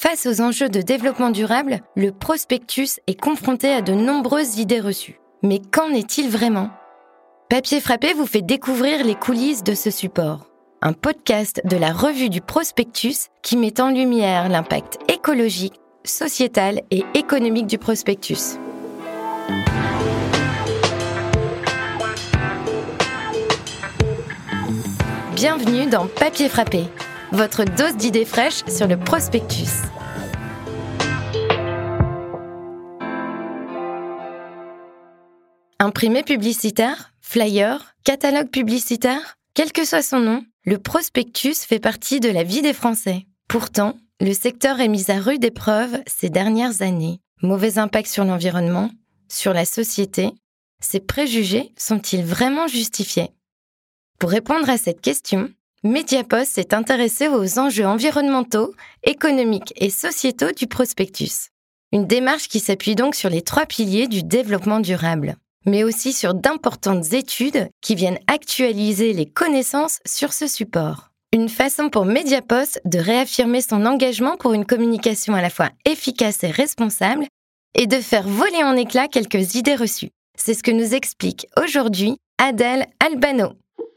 Face aux enjeux de développement durable, le prospectus est confronté à de nombreuses idées reçues. Mais qu'en est-il vraiment ? Papier Frappé vous fait découvrir les coulisses de ce support. Un podcast de la revue du prospectus qui met en lumière l'impact écologique, sociétal et économique du prospectus. Bienvenue dans Papier Frappé, votre dose d'idées fraîches sur le prospectus. Imprimé publicitaire, flyer, catalogue publicitaire, quel que soit son nom, le prospectus fait partie de la vie des Français. Pourtant, le secteur est mis à rude épreuve ces dernières années. Mauvais impact sur l'environnement, sur la société, ces préjugés sont-ils vraiment justifiés ? Pour répondre à cette question, Mediapost s'est intéressé aux enjeux environnementaux, économiques et sociétaux du prospectus. Une démarche qui s'appuie donc sur les 3 piliers du développement durable, mais aussi sur d'importantes études qui viennent actualiser les connaissances sur ce support. Une façon pour Mediapost de réaffirmer son engagement pour une communication à la fois efficace et responsable et de faire voler en éclats quelques idées reçues. C'est ce que nous explique aujourd'hui Adèle Albano.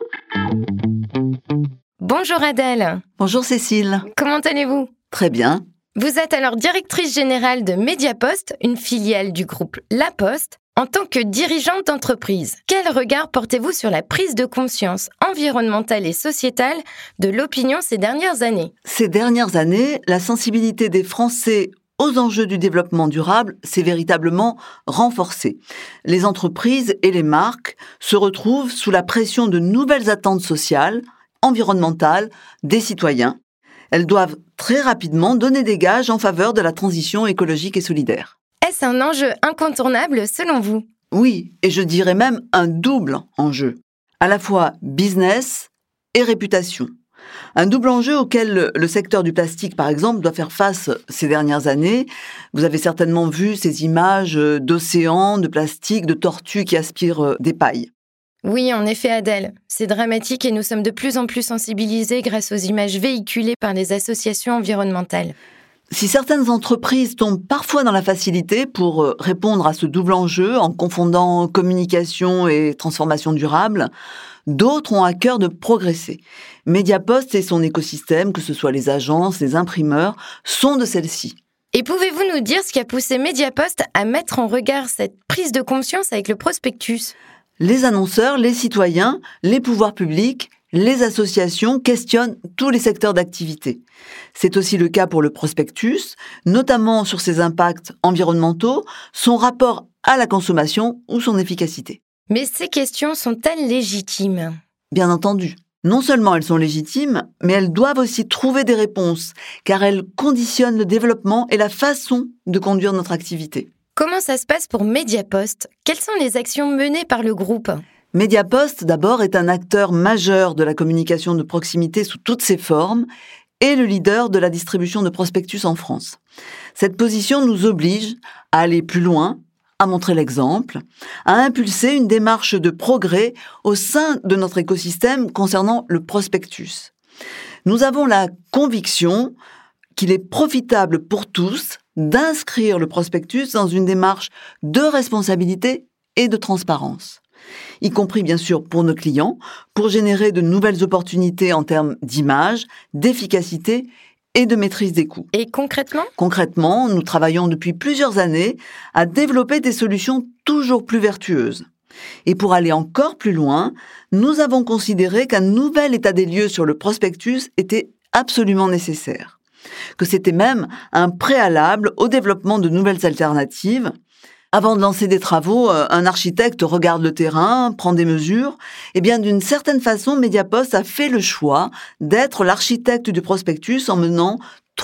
Bonjour Adèle. Bonjour Cécile. Comment allez-vous ? Très bien. Vous êtes alors directrice générale de Mediapost, une filiale du groupe La Poste. En tant que dirigeante d'entreprise, quel regard portez-vous sur la prise de conscience environnementale et sociétale de l'opinion ces dernières années ? Ces dernières années, la sensibilité des Français aux enjeux du développement durable s'est véritablement renforcée. Les entreprises et les marques se retrouvent sous la pression de nouvelles attentes sociales, environnementales des citoyens. Elles doivent très rapidement donner des gages en faveur de la transition écologique et solidaire. Est-ce un enjeu incontournable selon vous ? Oui, et je dirais même un double enjeu, à la fois business et réputation. Un double enjeu auquel le secteur du plastique, par exemple, doit faire face ces dernières années. Vous avez certainement vu ces images d'océans, de plastique, de tortues qui aspirent des pailles. Oui, en effet, Adèle, c'est dramatique et nous sommes de plus en plus sensibilisés grâce aux images véhiculées par les associations environnementales. Si certaines entreprises tombent parfois dans la facilité pour répondre à ce double enjeu en confondant communication et transformation durable, d'autres ont à cœur de progresser. Mediapost et son écosystème, que ce soit les agences, les imprimeurs, sont de celles-ci. Et pouvez-vous nous dire ce qui a poussé Mediapost à mettre en regard cette prise de conscience avec le prospectus ? Les annonceurs, les citoyens, les pouvoirs publics, les associations questionnent tous les secteurs d'activité. C'est aussi le cas pour le prospectus, notamment sur ses impacts environnementaux, son rapport à la consommation ou son efficacité. Mais ces questions sont-elles légitimes ? Bien entendu. Non seulement elles sont légitimes, mais elles doivent aussi trouver des réponses, car elles conditionnent le développement et la façon de conduire notre activité. Comment ça se passe pour Mediapost ? Quelles sont les actions menées par le groupe ? Mediapost, d'abord, est un acteur majeur de la communication de proximité sous toutes ses formes et le leader de la distribution de prospectus en France. Cette position nous oblige à aller plus loin, à montrer l'exemple, à impulser une démarche de progrès au sein de notre écosystème concernant le prospectus. Nous avons la conviction qu'il est profitable pour tous d'inscrire le prospectus dans une démarche de responsabilité et de transparence, y compris bien sûr pour nos clients, pour générer de nouvelles opportunités en termes d'image, d'efficacité et de maîtrise des coûts. Et concrètement ? Concrètement, nous travaillons depuis plusieurs années à développer des solutions toujours plus vertueuses. Et pour aller encore plus loin, nous avons considéré qu'un nouvel état des lieux sur le prospectus était absolument nécessaire, que c'était même un préalable au développement de nouvelles alternatives. Avant de lancer des travaux, un architecte regarde le terrain, prend des mesures. Eh bien, d'une certaine façon, Mediapost a fait le choix d'être l'architecte du prospectus en menant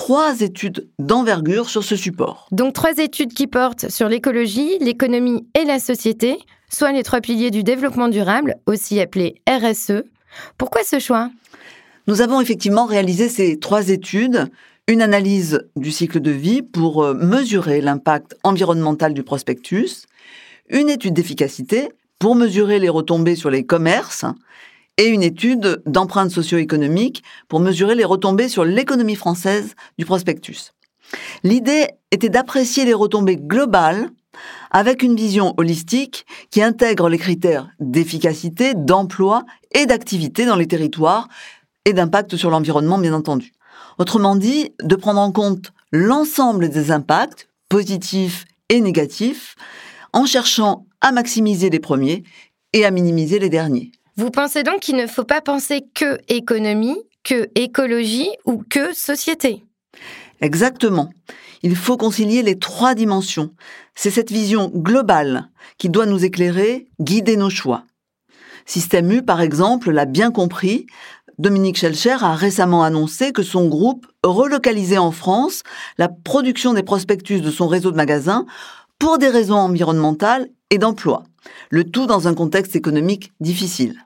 3 études d'envergure sur ce support. Donc 3 études qui portent sur l'écologie, l'économie et la société, soit les 3 piliers du développement durable, aussi appelés RSE. Pourquoi ce choix ? Nous avons effectivement réalisé ces 3 études. Une analyse du cycle de vie pour mesurer l'impact environnemental du prospectus, une étude d'efficacité pour mesurer les retombées sur les commerces et une étude d'empreinte socio-économique pour mesurer les retombées sur l'économie française du prospectus. L'idée était d'apprécier les retombées globales avec une vision holistique qui intègre les critères d'efficacité, d'emploi et d'activité dans les territoires et d'impact sur l'environnement, bien entendu. Autrement dit, de prendre en compte l'ensemble des impacts, positifs et négatifs, en cherchant à maximiser les premiers et à minimiser les derniers. Vous pensez donc qu'il ne faut pas penser que économie, que écologie ou que société? Exactement. Il faut concilier les 3 dimensions. C'est cette vision globale qui doit nous éclairer, guider nos choix. Système U, par exemple, l'a bien compris. Dominique Schelcher a récemment annoncé que son groupe relocalisait en France la production des prospectus de son réseau de magasins pour des raisons environnementales et d'emploi. Le tout dans un contexte économique difficile.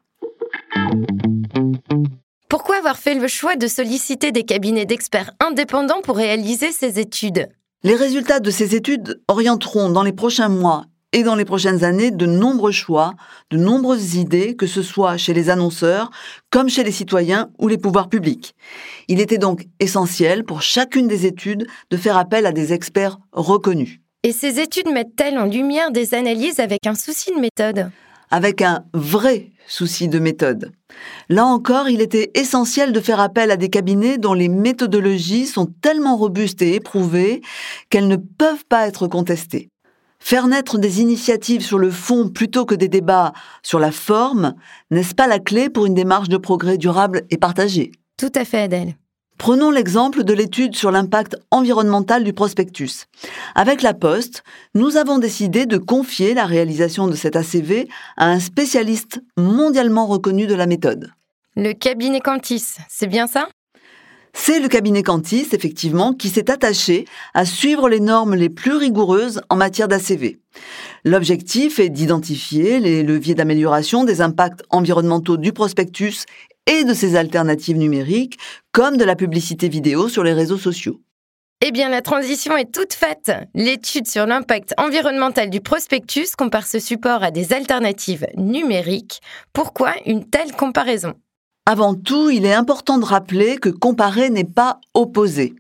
Pourquoi avoir fait le choix de solliciter des cabinets d'experts indépendants pour réaliser ces études? Les résultats de ces études orienteront dans les prochains mois et dans les prochaines années de nombreux choix, de nombreuses idées, que ce soit chez les annonceurs, comme chez les citoyens ou les pouvoirs publics. Il était donc essentiel pour chacune des études de faire appel à des experts reconnus. Et ces études mettent-elles en lumière des analyses avec un souci de méthode? Avec un vrai souci de méthode. Là encore, il était essentiel de faire appel à des cabinets dont les méthodologies sont tellement robustes et éprouvées qu'elles ne peuvent pas être contestées. Faire naître des initiatives sur le fond plutôt que des débats sur la forme, n'est-ce pas la clé pour une démarche de progrès durable et partagée? Tout à fait, Adèle. Prenons l'exemple de l'étude sur l'impact environnemental du prospectus. Avec La Poste, nous avons décidé de confier la réalisation de cet ACV à un spécialiste mondialement reconnu de la méthode. Le cabinet Cantis, c'est bien ça? C'est le cabinet Cantis, effectivement, qui s'est attaché à suivre les normes les plus rigoureuses en matière d'ACV. L'objectif est d'identifier les leviers d'amélioration des impacts environnementaux du prospectus et de ses alternatives numériques, comme de la publicité vidéo sur les réseaux sociaux. Eh bien, la transition est toute faite. L'étude sur l'impact environnemental du prospectus compare ce support à des alternatives numériques. Pourquoi une telle comparaison? Avant tout, il est important de rappeler que comparer n'est pas opposer.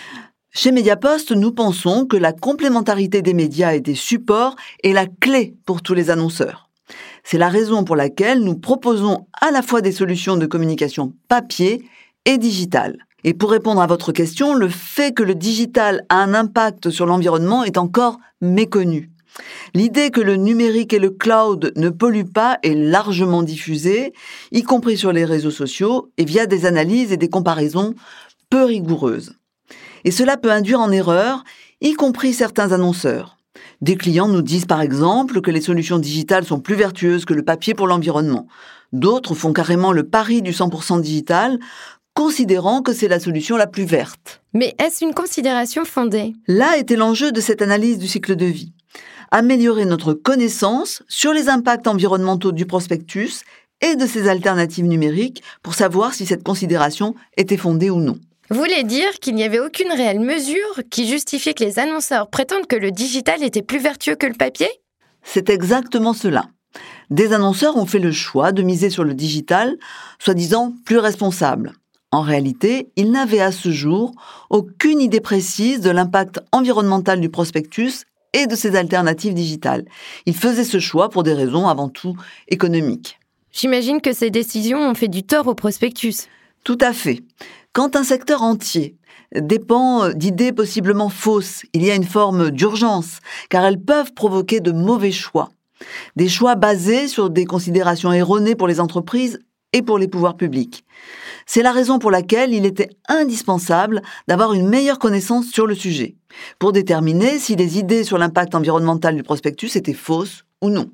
Chez Mediapost, nous pensons que la complémentarité des médias et des supports est la clé pour tous les annonceurs. C'est la raison pour laquelle nous proposons à la fois des solutions de communication papier et digitale. Et pour répondre à votre question, le fait que le digital a un impact sur l'environnement est encore méconnu. L'idée que le numérique et le cloud ne polluent pas est largement diffusée, y compris sur les réseaux sociaux et via des analyses et des comparaisons peu rigoureuses. Et cela peut induire en erreur, y compris certains annonceurs. Des clients nous disent par exemple que les solutions digitales sont plus vertueuses que le papier pour l'environnement. D'autres font carrément le pari du 100% digital, considérant que c'est la solution la plus verte. Mais est-ce une considération fondée? Là était l'enjeu de cette analyse du cycle de vie. Améliorer notre connaissance sur les impacts environnementaux du prospectus et de ses alternatives numériques pour savoir si cette considération était fondée ou non. Vous voulez dire qu'il n'y avait aucune réelle mesure qui justifiait que les annonceurs prétendent que le digital était plus vertueux que le papier? C'est exactement cela. Des annonceurs ont fait le choix de miser sur le digital, soi-disant plus responsable. En réalité, ils n'avaient à ce jour aucune idée précise de l'impact environnemental du prospectus et de ses alternatives digitales. Ils faisaient ce choix pour des raisons avant tout économiques. J'imagine que ces décisions ont fait du tort au prospectus. Tout à fait. Quand un secteur entier dépend d'idées possiblement fausses, il y a une forme d'urgence, car elles peuvent provoquer de mauvais choix. Des choix basés sur des considérations erronées pour les entreprises et pour les pouvoirs publics. C'est la raison pour laquelle il était indispensable d'avoir une meilleure connaissance sur le sujet, pour déterminer si les idées sur l'impact environnemental du prospectus étaient fausses ou non.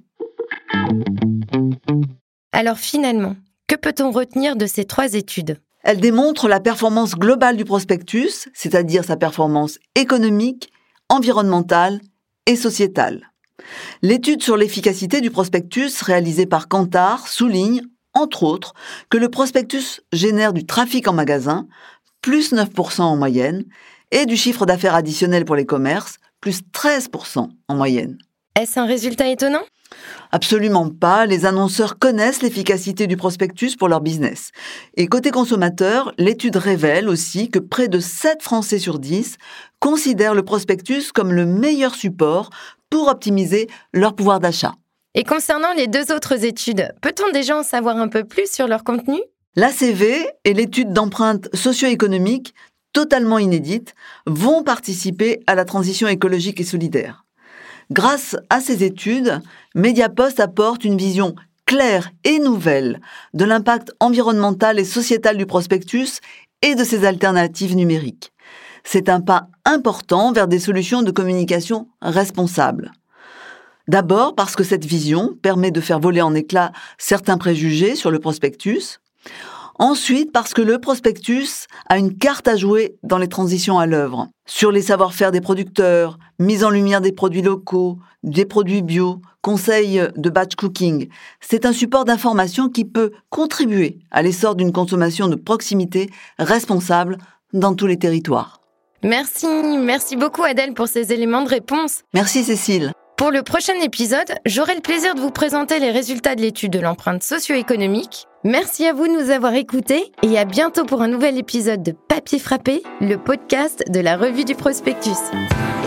Alors finalement, que peut-on retenir de ces 3 études? Elles démontrent la performance globale du prospectus, c'est-à-dire sa performance économique, environnementale et sociétale. L'étude sur l'efficacité du prospectus réalisée par Kantar souligne, entre autres, que le prospectus génère du trafic en magasin, plus 9% en moyenne, et du chiffre d'affaires additionnel pour les commerces, plus 13% en moyenne. Est-ce un résultat étonnant ? Absolument pas. Les annonceurs connaissent l'efficacité du prospectus pour leur business. Et côté consommateur, l'étude révèle aussi que près de 7 Français sur 10 considèrent le prospectus comme le meilleur support pour optimiser leur pouvoir d'achat. Et concernant les 2 autres études, peut-on déjà en savoir un peu plus sur leur contenu ? L'ACV et l'étude d'empreinte socio-économique, totalement inédite, vont participer à la transition écologique et solidaire. Grâce à ces études, Mediapost apporte une vision claire et nouvelle de l'impact environnemental et sociétal du prospectus et de ses alternatives numériques. C'est un pas important vers des solutions de communication responsables. D'abord parce que cette vision permet de faire voler en éclats certains préjugés sur le prospectus. Ensuite, parce que le prospectus a une carte à jouer dans les transitions à l'œuvre, sur les savoir-faire des producteurs, mise en lumière des produits locaux, des produits bio, conseils de batch cooking. C'est un support d'information qui peut contribuer à l'essor d'une consommation de proximité responsable dans tous les territoires. Merci beaucoup Adèle pour ces éléments de réponse. Merci Cécile. Pour le prochain épisode, j'aurai le plaisir de vous présenter les résultats de l'étude de l'empreinte socio-économique. Merci à vous de nous avoir écoutés et à bientôt pour un nouvel épisode de Papier Frappé, le podcast de la revue du prospectus.